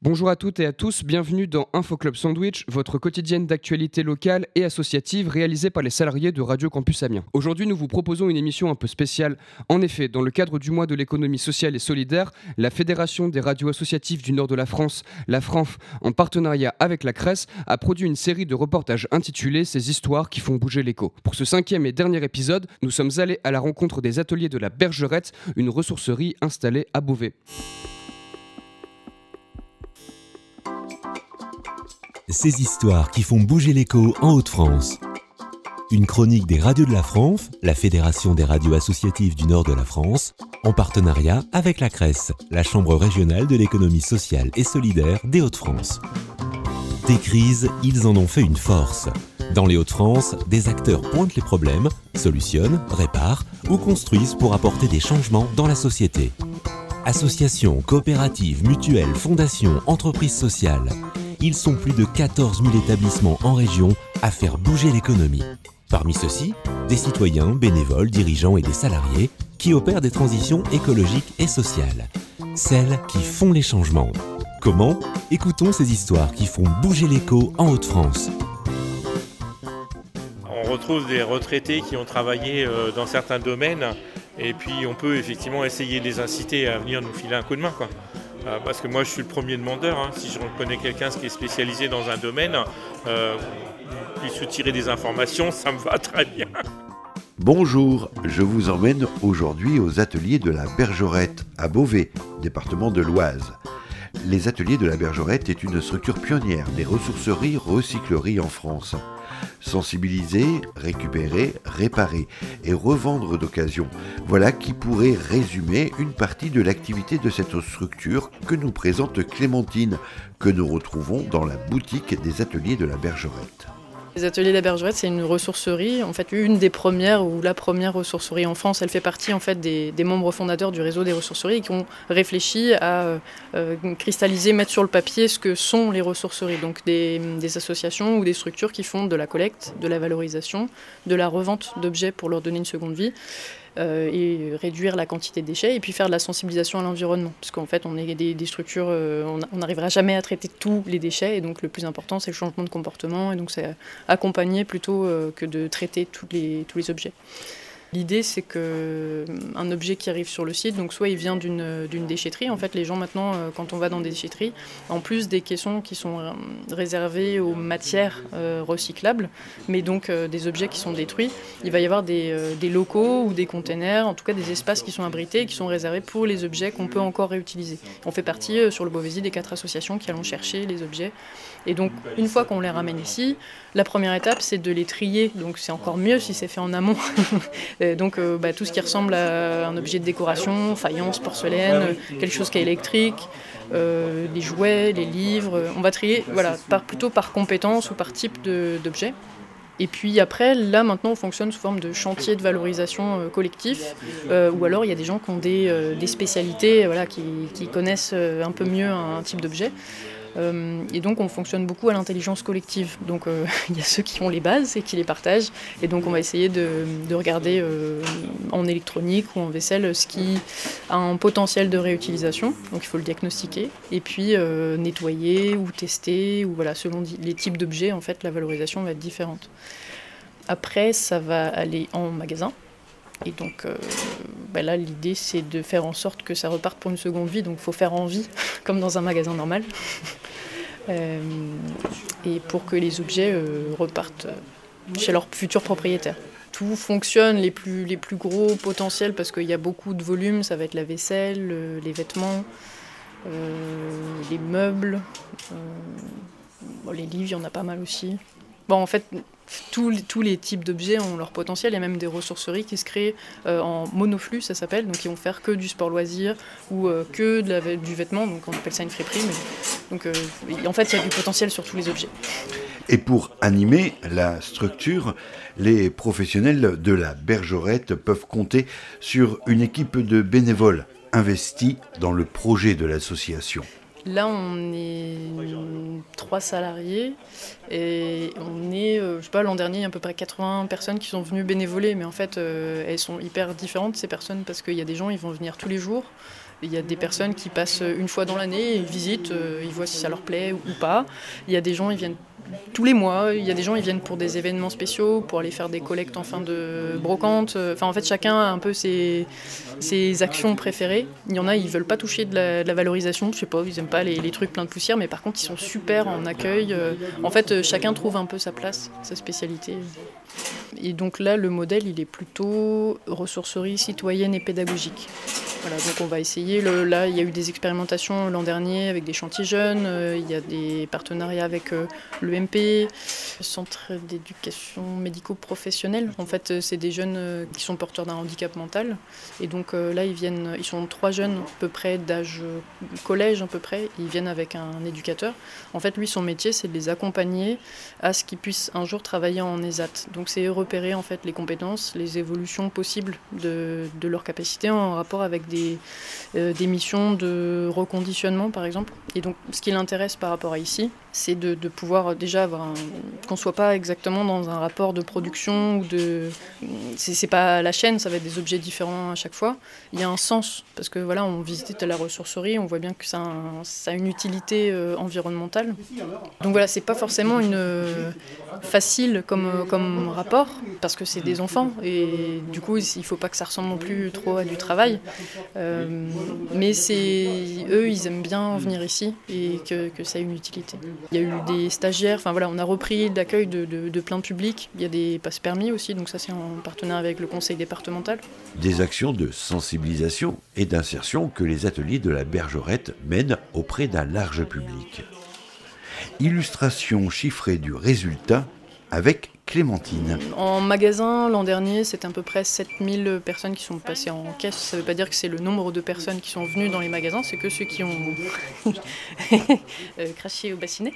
Bonjour à toutes et à tous, bienvenue dans Info Club Sandwich, votre quotidienne d'actualité locale et associative réalisée par les salariés de Radio Campus Amiens. Aujourd'hui, nous vous proposons une émission un peu spéciale. En effet, dans le cadre du mois de l'économie sociale et solidaire, la Fédération des radios associatives du nord de la France, la FRANF, en partenariat avec la CRES, a produit une série de reportages intitulés « Ces histoires qui font bouger l'écho ». Pour ce 5e et dernier épisode, nous sommes allés à la rencontre des ateliers de la Bergerette, une ressourcerie installée à Beauvais. Ces histoires qui font bouger l'écho en Hauts-de-France. Une chronique des radios de la FRANF, la Fédération des radios associatives du nord de la France, en partenariat avec la CRES, la Chambre régionale de l'économie sociale et solidaire des Hauts-de-France. Des crises, ils en ont fait une force. Dans les Hauts-de-France, des acteurs pointent les problèmes, solutionnent, réparent ou construisent pour apporter des changements dans la société. Associations, coopératives, mutuelles, fondations, entreprises sociales. Ils sont plus de 14 000 établissements en région à faire bouger l'économie. Parmi ceux-ci, des citoyens, bénévoles, dirigeants et des salariés qui opèrent des transitions écologiques et sociales. Celles qui font les changements. Comment ? Écoutons ces histoires qui font bouger l'écho en Hauts-de-France. On retrouve des retraités qui ont travaillé dans certains domaines et puis on peut effectivement essayer de les inciter à venir nous filer un coup de main, quoi. Parce que moi je suis le premier demandeur, si je reconnais quelqu'un qui est spécialisé dans un domaine, puis soutirer des informations, ça me va très bien. Bonjour, je vous emmène aujourd'hui aux ateliers de la Bergerette à Beauvais, département de l'Oise. Les ateliers de la Bergerette est une structure pionnière des ressourceries-recycleries en France. Sensibiliser, récupérer, réparer et revendre d'occasion. Voilà qui pourrait résumer une partie de l'activité de cette structure que nous présente Clémentine, que nous retrouvons dans la boutique des ateliers de la Bergerette. Les ateliers de la Bergerette, c'est une ressourcerie, en fait une des premières ou la première ressourcerie en France. Elle fait partie en fait des membres fondateurs du réseau des ressourceries qui ont réfléchi à cristalliser, mettre sur le papier ce que sont les ressourceries. Donc des associations ou des structures qui font de la collecte, de la valorisation, de la revente d'objets pour leur donner une seconde vie. Et réduire la quantité de déchets et puis faire de la sensibilisation à l'environnement. Parce qu'en fait, on est des structures, on n'arrivera jamais à traiter tous les déchets et donc le plus important, c'est le changement de comportement et donc c'est accompagner plutôt que de traiter tous les objets. L'idée, c'est qu'un objet qui arrive sur le site, donc soit il vient d'une déchetterie. En fait, les gens maintenant, quand on va dans des déchetteries, en plus des caissons qui sont réservés aux matières recyclables, mais donc des objets qui sont détruits, il va y avoir des locaux ou des containers, en tout cas des espaces qui sont abrités et qui sont réservés pour les objets qu'on peut encore réutiliser. On fait partie sur le Beauvaisis des 4 associations qui allons chercher les objets. Et donc, une fois qu'on les ramène ici, la première étape, c'est de les trier. Donc, c'est encore mieux si c'est fait en amont. Donc, tout ce qui ressemble à un objet de décoration, faïence, porcelaine, quelque chose qui est électrique, les jouets, les livres. On va trier plutôt par compétence ou par type d'objet. Et puis après, là maintenant, on fonctionne sous forme de chantier de valorisation collectif, ou alors il y a des gens qui ont des spécialités, qui connaissent un peu mieux un type d'objet. Et donc on fonctionne beaucoup à l'intelligence collective. Donc il y a ceux qui ont les bases et qui les partagent. Et donc on va essayer de regarder en électronique ou en vaisselle ce qui a un potentiel de réutilisation. Donc il faut le diagnostiquer. Et puis nettoyer ou tester. Ou selon les types d'objets, en fait, la valorisation va être différente. Après, ça va aller en magasin. Et donc là, l'idée, c'est de faire en sorte que ça reparte pour une seconde vie. Donc il faut faire en vie, comme dans un magasin normal. Et pour que les objets repartent chez leurs futurs propriétaires. Tout fonctionne, les plus gros potentiels, parce qu'il y a beaucoup de volume, ça va être la vaisselle, les vêtements, les meubles, les livres, il y en a pas mal aussi. Bon, en fait, tous les types d'objets ont leur potentiel. Il y a même des ressourceries qui se créent en monoflux, ça s'appelle. Donc, ils vont faire que du sport loisir ou que du vêtement. Donc, on appelle ça une friperie. Donc, en fait, il y a du potentiel sur tous les objets. Et pour animer la structure, les professionnels de la Bergerette peuvent compter sur une équipe de bénévoles investis dans le projet de l'association. Là, on est 3 salariés et on est, l'an dernier, il y a à peu près 80 personnes qui sont venues bénévoler. Mais en fait, elles sont hyper différentes, ces personnes, parce qu'il y a des gens, ils vont venir tous les jours. Il y a des personnes qui passent une fois dans l'année, ils visitent, ils voient si ça leur plaît ou pas. Il y a des gens, ils viennent tous les mois, il y a des gens qui viennent pour des événements spéciaux, pour aller faire des collectes en fin de brocante. Enfin, en fait, chacun a un peu ses actions préférées. Il y en a, ils veulent pas toucher de la valorisation, je sais pas, ils aiment pas les trucs pleins de poussière, mais par contre, ils sont super en accueil. En fait, chacun trouve un peu sa place, sa spécialité. Et donc là, le modèle, il est plutôt ressourcerie citoyenne et pédagogique. Voilà, donc on va essayer. Là, il y a eu des expérimentations l'an dernier avec des chantiers jeunes. Il y a des partenariats avec l'EMP, le Centre d'éducation médico-professionnelle. En fait, c'est des jeunes qui sont porteurs d'un handicap mental. Et donc là, ils sont 3 jeunes à peu près d'âge collège à peu près. Ils viennent avec un éducateur. En fait, lui, son métier, c'est de les accompagner à ce qu'ils puissent un jour travailler en ESAT. Donc c'est repérer en fait les compétences, les évolutions possibles de leur capacité en rapport avec des missions de reconditionnement par exemple. Et donc ce qui l'intéresse par rapport à ici, c'est de pouvoir déjà avoir qu'on ne soit pas exactement dans un rapport de production ou c'est pas la chaîne, ça va être des objets différents à chaque fois. Il y a un sens parce que voilà, on visitait la ressourcerie, on voit bien que ça a une utilité environnementale. Donc voilà, c'est pas forcément facile comme rapport parce que c'est des enfants et du coup il faut pas que ça ressemble non plus trop à du travail. Mais eux, ils aiment bien venir ici et que ça a une utilité. Il y a eu des stagiaires, enfin voilà, on a repris l'accueil de plein public. Il y a des passes permis aussi, donc ça c'est en partenariat avec le conseil départemental. Des actions de sensibilisation et d'insertion que les ateliers de la Bergerette mènent auprès d'un large public. Illustration chiffrée du résultat avec Clémentine. En magasin, l'an dernier, c'était à peu près 7000 personnes qui sont passées en caisse. Ça ne veut pas dire que c'est le nombre de personnes qui sont venues dans les magasins, c'est que ceux qui ont craché au bassinet.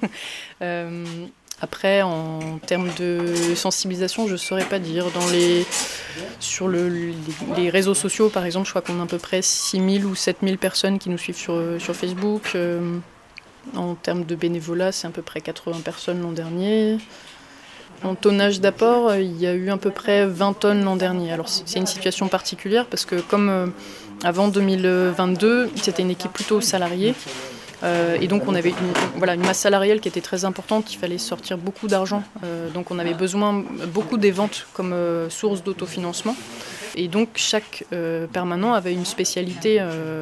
Après, en termes de sensibilisation, je ne saurais pas dire. Sur les réseaux sociaux, par exemple, je crois qu'on a à peu près 6000 ou 7000 personnes qui nous suivent sur Facebook. En termes de bénévolat, c'est à peu près 80 personnes l'an dernier. En tonnage d'apport, il y a eu à peu près 20 tonnes l'an dernier. Alors c'est une situation particulière parce que comme avant 2022, c'était une équipe plutôt salariée. Et donc on avait une masse salariale qui était très importante, il fallait sortir beaucoup d'argent. Donc on avait besoin beaucoup des ventes comme source d'autofinancement. Et donc chaque permanent avait une spécialité.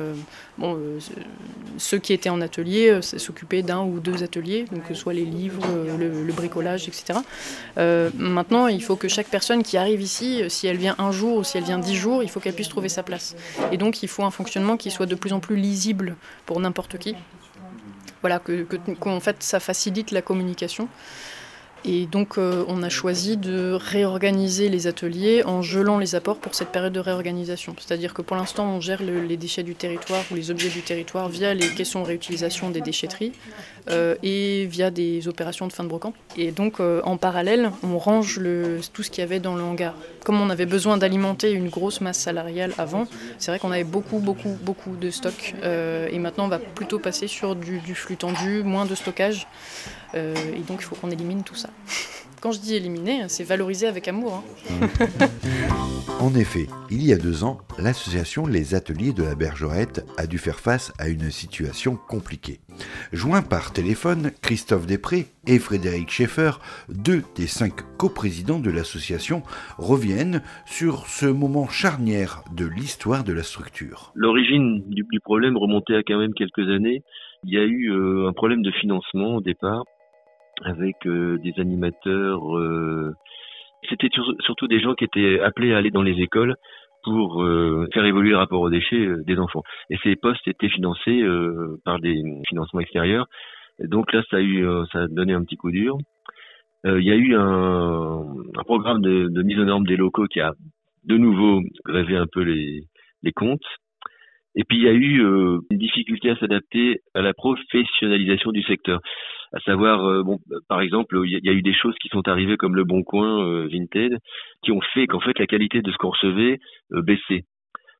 Ceux qui étaient en atelier s'occupaient d'un ou 2 ateliers, donc que ce soit les livres, le bricolage, etc. Maintenant, il faut que chaque personne qui arrive ici, si elle vient un jour ou si elle vient 10 jours, il faut qu'elle puisse trouver sa place. Et donc il faut un fonctionnement qui soit de plus en plus lisible pour n'importe qui. Voilà, qu'en fait ça facilite la communication. Et donc on a choisi de réorganiser les ateliers en gelant les apports pour cette période de réorganisation. C'est-à-dire que pour l'instant on gère les déchets du territoire ou les objets du territoire via les caissons de réutilisation des déchetteries et via des opérations de fin de brocante. Et donc en parallèle on range tout ce qu'il y avait dans le hangar. Comme on avait besoin d'alimenter une grosse masse salariale avant, c'est vrai qu'on avait beaucoup de stock. Et maintenant on va plutôt passer sur du flux tendu, moins de stockage. Et donc il faut qu'on élimine tout ça. Quand je dis éliminer, c'est valoriser avec amour. En effet, il y a 2 ans, l'association Les Ateliers de la Bergerette a dû faire face à une situation compliquée. Joints par téléphone, Christophe Després et Frédéric Schaeffer, 2 des 5 coprésidents de l'association, reviennent sur ce moment charnière de l'histoire de la structure. L'origine du problème remontait à quand même quelques années. Il y a eu un problème de financement au départ, avec des animateurs. C'était surtout des gens qui étaient appelés à aller dans les écoles pour faire évoluer le rapport aux déchets des enfants. Et ces postes étaient financés par des financements extérieurs. Et donc là, ça a donné un petit coup dur. Il y a eu un programme de mise aux normes des locaux qui a de nouveau grévé un peu les comptes. Et puis il y a eu une difficulté à s'adapter à la professionnalisation du secteur. À savoir, par exemple, il y a eu des choses qui sont arrivées comme le Bon Coin, Vinted, qui ont fait qu'en fait la qualité de ce qu'on recevait baissait.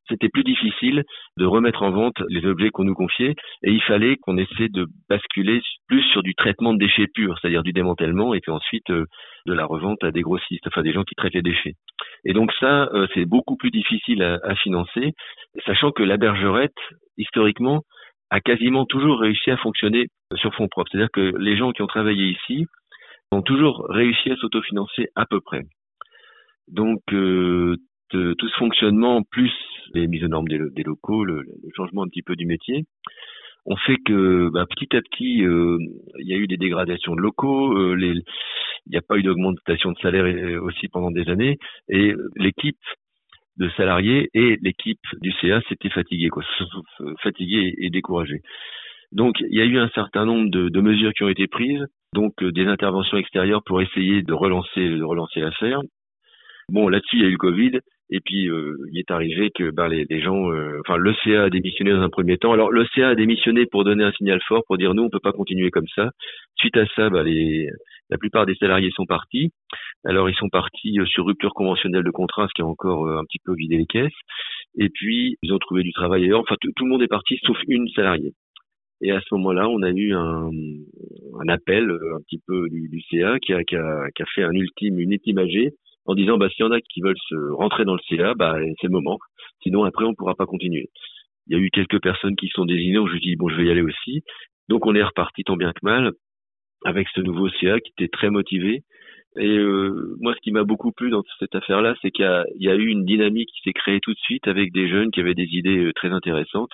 c'était plus difficile de remettre en vente les objets qu'on nous confiait et il fallait qu'on essaie de basculer plus sur du traitement de déchets purs, c'est-à-dire du démantèlement et puis ensuite de la revente à des grossistes, enfin des gens qui traitent les déchets. Et donc ça, c'est beaucoup plus difficile à financer, sachant que la bergerette, historiquement, a quasiment toujours réussi à fonctionner sur fonds propres. C'est-à-dire que les gens qui ont travaillé ici ont toujours réussi à s'autofinancer à peu près. Donc tout ce fonctionnement, plus les mises aux normes des locaux, le changement un petit peu du métier, on fait que petit à petit, il y a eu des dégradations de locaux, il n'y a pas eu d'augmentation de salaire aussi pendant des années, et l'équipe de salariés et l'équipe du CA s'étaient fatigués, fatigués et découragés. Donc il y a eu un certain nombre de mesures qui ont été prises, donc des interventions extérieures pour essayer de relancer l'affaire. Bon, là-dessus il y a eu le Covid. Et puis, il est arrivé que les gens... le CA a démissionné dans un premier temps. Alors, le CA a démissionné pour donner un signal fort, pour dire, nous, on peut pas continuer comme ça. Suite à ça, la plupart des salariés sont partis. Alors, ils sont partis sur rupture conventionnelle de contrat, ce qui a encore un petit peu vidé les caisses. Et puis, ils ont trouvé du travail ailleurs. Enfin, tout le monde est parti, sauf une salariée. Et à ce moment-là, on a eu un appel un petit peu du CA qui a fait une ultime AG, en disant s'il y en a qui veulent se rentrer dans le CA, c'est le moment. Sinon après on pourra pas continuer. Il y a eu quelques personnes qui sont désignées où je dis je vais y aller aussi. Donc on est reparti tant bien que mal avec ce nouveau CA qui était très motivé. Et moi ce qui m'a beaucoup plu dans cette affaire-là, c'est qu'il y a eu une dynamique qui s'est créée tout de suite avec des jeunes qui avaient des idées très intéressantes.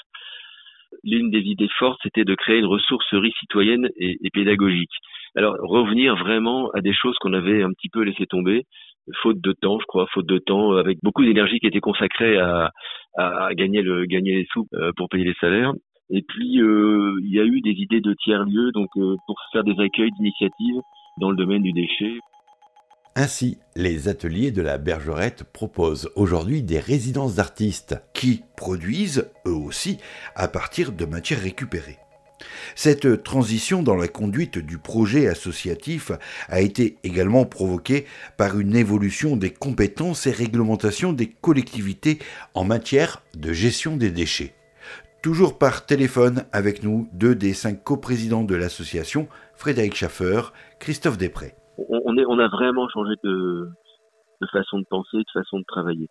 L'une des idées fortes, c'était de créer une ressourcerie citoyenne et pédagogique. Alors revenir vraiment à des choses qu'on avait un petit peu laissé tomber. Faute de temps, avec beaucoup d'énergie qui était consacrée à gagner les sous pour payer les salaires. Et puis il y a eu des idées de tiers-lieux, donc pour faire des accueils d'initiatives dans le domaine du déchet. Ainsi, les ateliers de la Bergerette proposent aujourd'hui des résidences d'artistes qui produisent, eux aussi, à partir de matières récupérées. Cette transition dans la conduite du projet associatif a été également provoquée par une évolution des compétences et réglementations des collectivités en matière de gestion des déchets. Toujours par téléphone avec nous, 2 des 5 coprésidents de l'association, Frédéric Schaffer, Christophe Després. On a vraiment changé de façon de penser, de façon de travailler.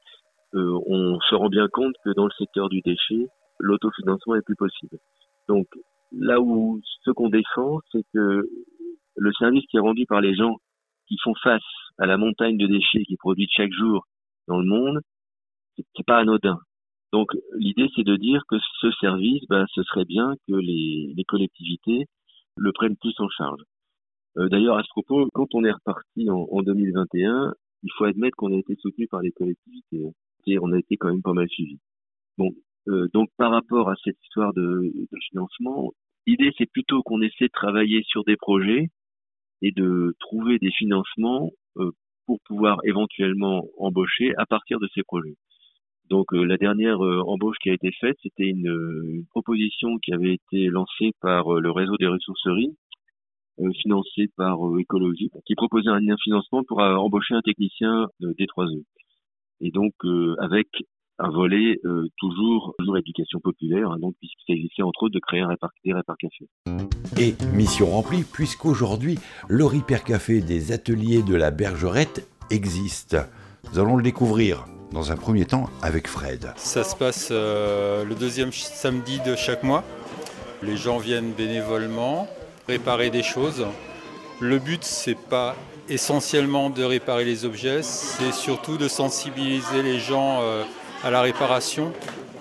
On se rend bien compte que dans le secteur du déchet, l'autofinancement est plus possible. Donc, là où ce qu'on défend, c'est que le service qui est rendu par les gens qui font face à la montagne de déchets qui est produite chaque jour dans le monde, c'est pas anodin. Donc l'idée c'est de dire que ce service, ce serait bien que les collectivités le prennent plus en charge. D'ailleurs à ce propos, quand on est reparti en 2021, il faut admettre qu'on a été soutenu par les collectivités et on a été quand même pas mal suivis. Bon. Donc par rapport à cette histoire de financement, l'idée c'est plutôt qu'on essaie de travailler sur des projets et de trouver des financements pour pouvoir éventuellement embaucher à partir de ces projets. Donc la dernière embauche qui a été faite, c'était une proposition qui avait été lancée par le réseau des ressourceries, financé par Écologie, qui proposait un financement pour embaucher un technicien des 3E. Et donc avec un volet toujours éducation populaire, donc puisqu'il s'agissait entre autres de créer des Repair Café. Et mission remplie, puisqu'aujourd'hui, le Repair Café des ateliers de la Bergerette existe. Nous allons le découvrir, dans un premier temps, avec Fred. Ça se passe le 2e samedi de chaque mois. Les gens viennent bénévolement réparer des choses. Le but, c'est pas essentiellement de réparer les objets, c'est surtout de sensibiliser les gens à la réparation,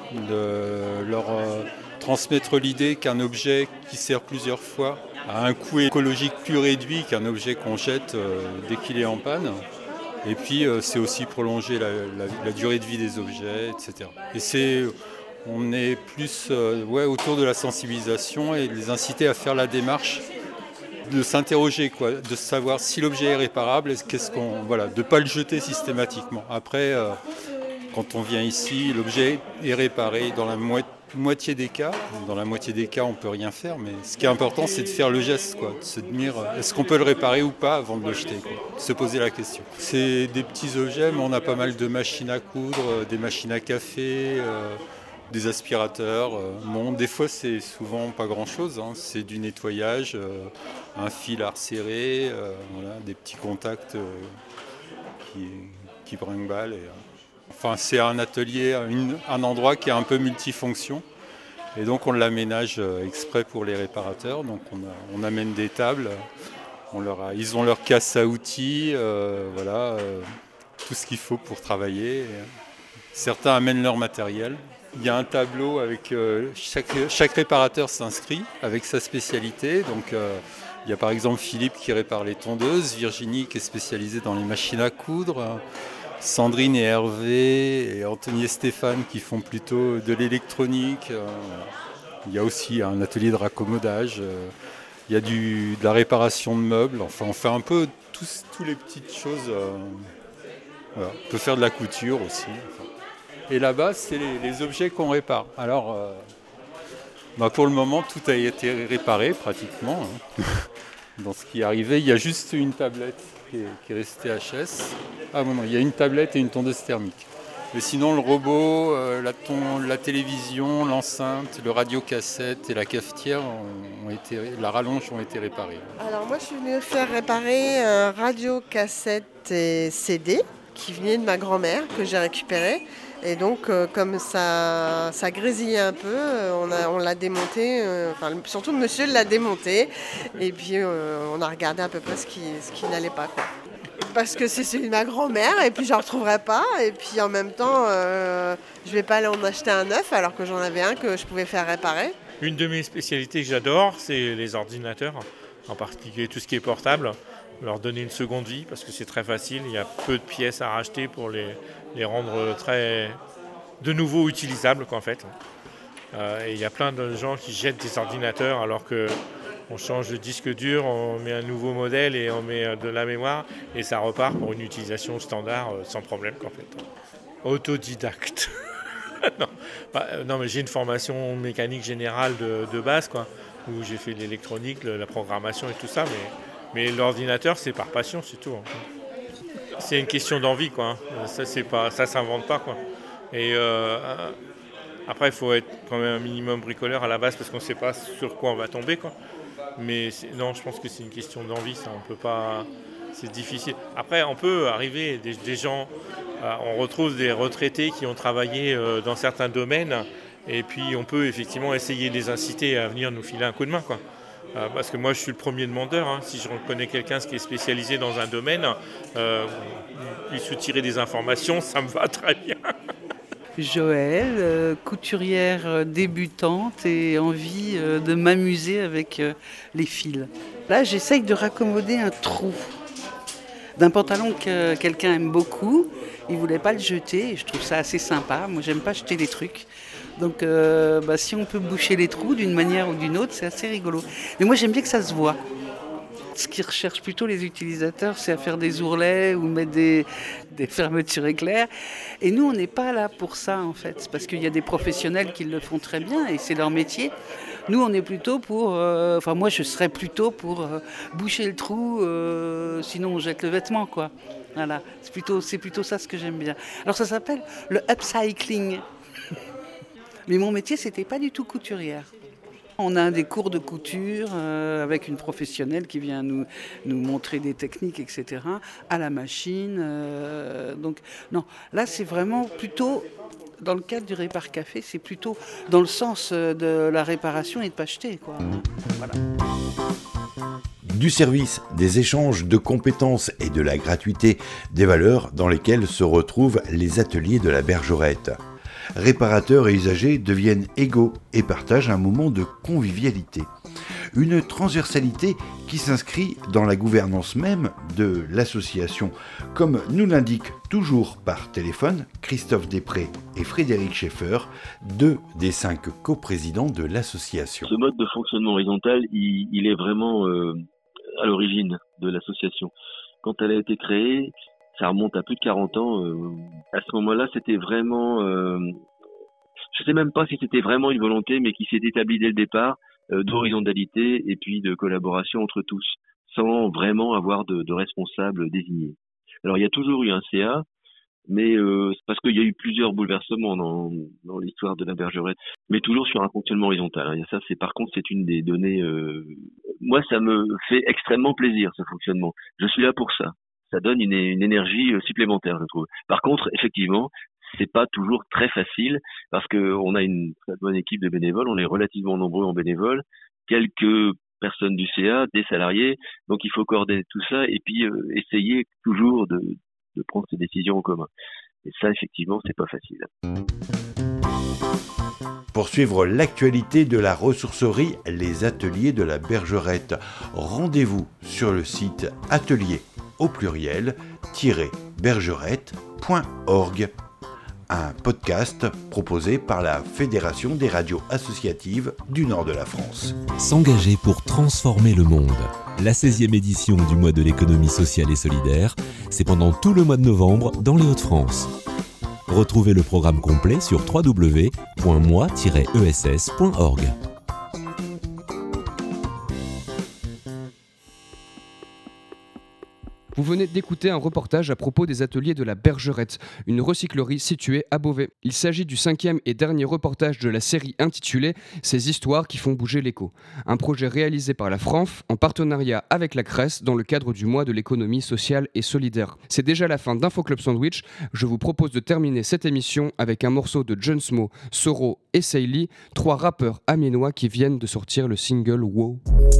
de leur transmettre l'idée qu'un objet qui sert plusieurs fois a un coût écologique plus réduit qu'un objet qu'on jette dès qu'il est en panne. Et puis c'est aussi prolonger la durée de vie des objets, etc. Et on est plus autour de la sensibilisation et de les inciter à faire la démarche de s'interroger, de savoir si l'objet est réparable, de ne pas le jeter systématiquement. Après, quand on vient ici, l'objet est réparé dans la moitié des cas. Dans la moitié des cas, on ne peut rien faire, mais ce qui est important, c'est de faire le geste, quoi, de se dire est-ce qu'on peut le réparer ou pas avant de le jeter, quoi, de se poser la question. C'est des petits objets, mais on a pas mal de machines à coudre, des machines à café, des aspirateurs. Bon, des fois, c'est souvent pas grand-chose, hein. C'est du nettoyage, un fil à resserrer, voilà, des petits contacts qui brinque-balle. Enfin, c'est un atelier, un endroit qui est un peu multifonction. Et donc, on l'aménage exprès pour les réparateurs. Donc, on amène des tables. Ils ont leur casse à outils, voilà, tout ce qu'il faut pour travailler. Certains amènent leur matériel. Il y a un tableau avec chaque réparateur s'inscrit avec sa spécialité. Donc, il y a par exemple Philippe qui répare les tondeuses, Virginie qui est spécialisée dans les machines à coudre, Sandrine et Hervé et Anthony et Stéphane qui font plutôt de l'électronique. Il y a aussi un atelier de raccommodage. Il y a de la réparation de meubles. Enfin, on fait un peu toutes les petites choses. Voilà. On peut faire de la couture aussi. Et là-bas, c'est les objets qu'on répare. Alors, pour le moment, tout a été réparé pratiquement. Hein. Dans ce qui est arrivé, il y a juste une tablette qui est restée HS. Ah bon, non, il y a une tablette et une tondeuse thermique. Mais sinon, le robot, la télévision, l'enceinte, le radiocassette et la cafetière, la rallonge ont été réparés. Alors moi, je suis venue faire réparer un radiocassette et CD qui venait de ma grand-mère, que j'ai récupéré. Et donc, comme ça grésillait un peu, on l'a démonté. Surtout, monsieur l'a démonté. Et puis, on a regardé à peu près ce qui n'allait pas, quoi. Parce que c'est celui de ma grand-mère, et puis je ne le retrouverai pas. Et puis, en même temps, je ne vais pas aller en acheter un neuf, alors que j'en avais un que je pouvais faire réparer. Une de mes spécialités que j'adore, c'est les ordinateurs, en particulier tout ce qui est portable. Leur donner une seconde vie, parce que c'est très facile. Il y a peu de pièces à racheter pour les rendre de nouveau utilisables, quoi, en fait. Et il y a plein de gens qui jettent des ordinateurs alors qu'on change de disque dur, on met un nouveau modèle et on met de la mémoire et ça repart pour une utilisation standard sans problème, quoi, en fait. Autodidacte. non, mais j'ai une formation mécanique générale de base, quoi, où j'ai fait l'électronique, la programmation et tout ça, mais l'ordinateur, c'est par passion, c'est tout. Hein. C'est une question d'envie, quoi. Ça s'invente pas, quoi. Et après, il faut être quand même un minimum bricoleur à la base parce qu'on ne sait pas sur quoi on va tomber, quoi. Mais non, je pense que c'est une question d'envie, ça. On peut pas. C'est difficile. Après, on peut arriver des gens. On retrouve des retraités qui ont travaillé dans certains domaines, et puis on peut effectivement essayer de les inciter à venir nous filer un coup de main, quoi. Parce que moi, je suis le premier demandeur. Hein. Si je reconnais quelqu'un qui est spécialisé dans un domaine, lui soutirer des informations, ça me va très bien. Joëlle, couturière débutante et envie de m'amuser avec les fils. Là, j'essaye de raccommoder un trou d'un pantalon que quelqu'un aime beaucoup. Il ne voulait pas le jeter et je trouve ça assez sympa. Moi, j'aime pas jeter des trucs. Donc, si on peut boucher les trous d'une manière ou d'une autre, c'est assez rigolo. Mais moi, j'aime bien que ça se voit. Ce qu'ils recherchent plutôt les utilisateurs, c'est à faire des ourlets ou mettre des fermetures éclairs. Et nous, on n'est pas là pour ça, en fait. Parce qu'il y a des professionnels qui le font très bien et c'est leur métier. Nous, on est plutôt pour... moi, je serais plutôt pour boucher le trou, sinon on jette le vêtement, quoi. Voilà. C'est plutôt ça ce que j'aime bien. Alors, ça s'appelle le upcycling. Mais mon métier, c'était pas du tout couturière. On a des cours de couture avec une professionnelle qui vient nous montrer des techniques, etc., à la machine. Donc, non, là, c'est vraiment plutôt, dans le cadre du Répar Café, c'est plutôt dans le sens de la réparation et de pas jeter, quoi. Voilà. Du service, des échanges de compétences et de la gratuité, des valeurs dans lesquelles se retrouvent les ateliers de la Bergerette. Réparateurs et usagers deviennent égaux et partagent un moment de convivialité. Une transversalité qui s'inscrit dans la gouvernance même de l'association, comme nous l'indiquent toujours par téléphone Christophe Després et Frédéric Schaeffer, 2 des 5 coprésidents de l'association. Ce mode de fonctionnement horizontal, il est vraiment à l'origine de l'association. Quand elle a été créée, ça remonte à plus de 40 ans. À ce moment-là, c'était vraiment Je sais même pas si c'était vraiment une volonté, mais qui s'est établie dès le départ, d'horizontalité et puis de collaboration entre tous, sans vraiment avoir de responsable désigné. Alors il y a toujours eu un CA, mais c'est parce qu'il y a eu plusieurs bouleversements dans l'histoire de la Bergerette, mais toujours sur un fonctionnement horizontal. Hein. Ça, par contre, c'est une des données. Moi, ça me fait extrêmement plaisir ce fonctionnement. Je suis là pour ça. Ça donne une énergie supplémentaire, je trouve. Par contre, effectivement, c'est pas toujours très facile parce que on a une très bonne équipe de bénévoles. On est relativement nombreux en bénévoles, quelques personnes du CA, des salariés. Donc, il faut coordonner tout ça et puis essayer toujours de prendre ces décisions en commun. Et ça, effectivement, c'est pas facile. Pour suivre l'actualité de la ressourcerie Les Ateliers de la Bergerette, rendez-vous sur le site atelier au pluriel-bergerette.org. Un podcast proposé par la Fédération des radios associatives du nord de la France. S'engager pour transformer le monde. La 16e édition du mois de l'économie sociale et solidaire, c'est pendant tout le mois de novembre dans les Hauts-de-France. Retrouvez le programme complet sur www.moi-ess.org. Vous venez d'écouter un reportage à propos des ateliers de la Bergerette, une recyclerie située à Beauvais. Il s'agit du 5e et dernier reportage de la série intitulée « Ces histoires qui font bouger l'écho », un projet réalisé par la FRANF en partenariat avec la CRES dans le cadre du mois de l'économie sociale et solidaire. C'est déjà la fin d'Infoclub Sandwich. Je vous propose de terminer cette émission avec un morceau de John Smo, Soro et Seili, 3 rappeurs amiénois qui viennent de sortir le single « Wow ».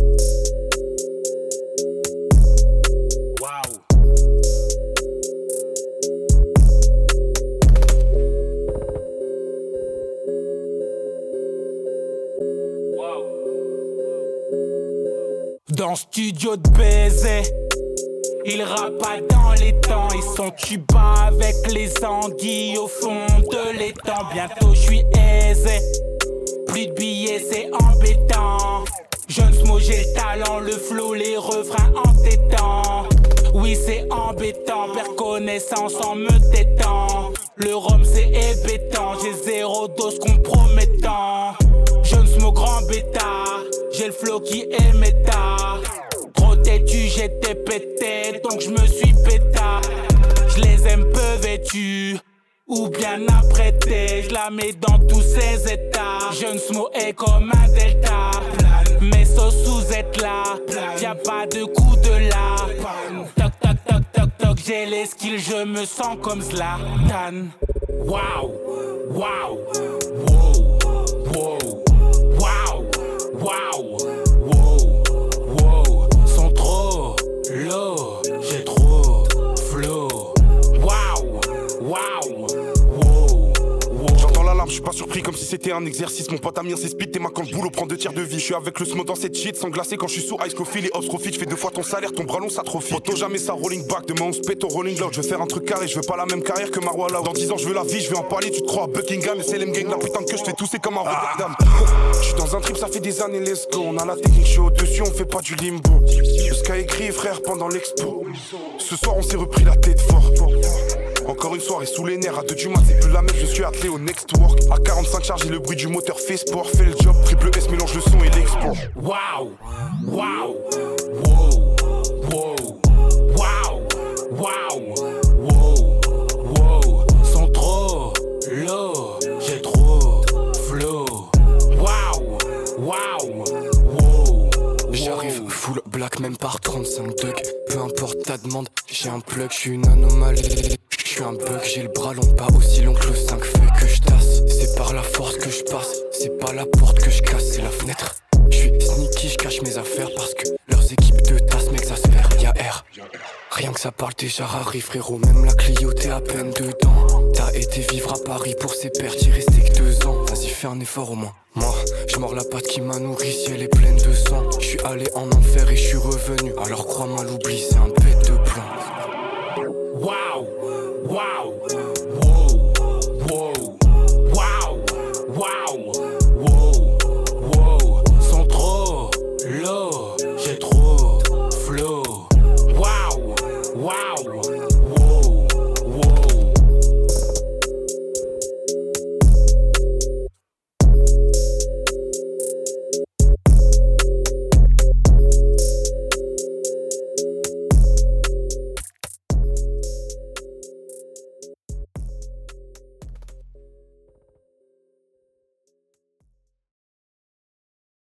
Dans studio de baiser, ils rappent dans les temps, ils sont tuba avec les anguilles au fond de l'étang. Bientôt je suis aisé, plus de billets c'est embêtant. Jeune Smo, j'ai le talent, le flow, les refrains entêtants. Oui c'est embêtant, perds connaissance en me tétant. Le rhum c'est hébétant, j'ai 0 dose compromettant. Jeune Smo, grand bêta, j'ai le flow qui est méta. Trop têtu, j'étais pété, donc je me suis péta. Je les aime peu vêtus, ou bien apprêtés. Je la mets dans tous ses états. Jeune Smo est comme un delta. Mes sauces sous êtes là, y'a pas de coup de là. Toc toc toc toc toc, j'ai les skills, je me sens comme Zlatan. Waouh, waouh, wow, wow. Waouh, wow, wow, sont trop low, j'ai trop flow. Waouh, waouh, wow, wow. J'entends l'alarme, je suis pas surpris comme si c'était un exercice. Mon pote Amir c'est speed, t'es ma quand le boulot prend 2 tiers de vie. Je suis avec le Smo dans cette shit, sans glacer quand je suis sous ice coffee. Les hops profit, je fais 2 fois ton salaire, ton bras long ça trop fit. Auto jamais ça rolling back, demain on se pète au rolling loud. Je veux faire un truc carré, je veux pas la même carrière que Marwa Loud. Dans 10 ans je veux la vie, je vais en parler, tu te crois à Buckingham. Et c'est les gang, la putain que je fais tousser comme un Rotterdam. Je suis dans un trip, ça fait des années, let's go. On a la technique, je suis au-dessus, on fait pas du limbo. Le sky écrit frère pendant l'expo. Ce soir on s'est repris la tête fort. Encore une soirée sous les nerfs, à 2 du mat, c'est plus la même, je suis attelé au next work. À 45 charges et le bruit du moteur fait sport. Fais le job, triple S mélange le son et l'export. Waouh, waouh, wow, wow, waouh, waouh, wow, wow. Sont trop low, j'ai trop flow. Waouh, waouh, wow. J'arrive full black, même par 35 degrés. Peu importe ta demande, j'ai un plug, j'suis une anomalie. J'suis un bug, j'ai le bras long, pas aussi long que le 5 fait que je tasse. C'est par la force que je passe, c'est pas la porte que je casse, c'est la fenêtre. J'suis sneaky, j'cache mes affaires parce que leurs équipes de tasse m'exaspèrent. Y'a R, rien que ça parle déjà rari frérot, même la Clio t'es à peine dedans. T'as été vivre à Paris pour ses pertes, j'y restais que 2 ans. Vas-y fais un effort au moins. Moi, j'mords la patte qui m'a nourri, si elle est pleine de sang. J'suis allé en enfer et j'suis revenu, alors crois-moi l'oubli c'est un bête de plomb. Waouh, waouh,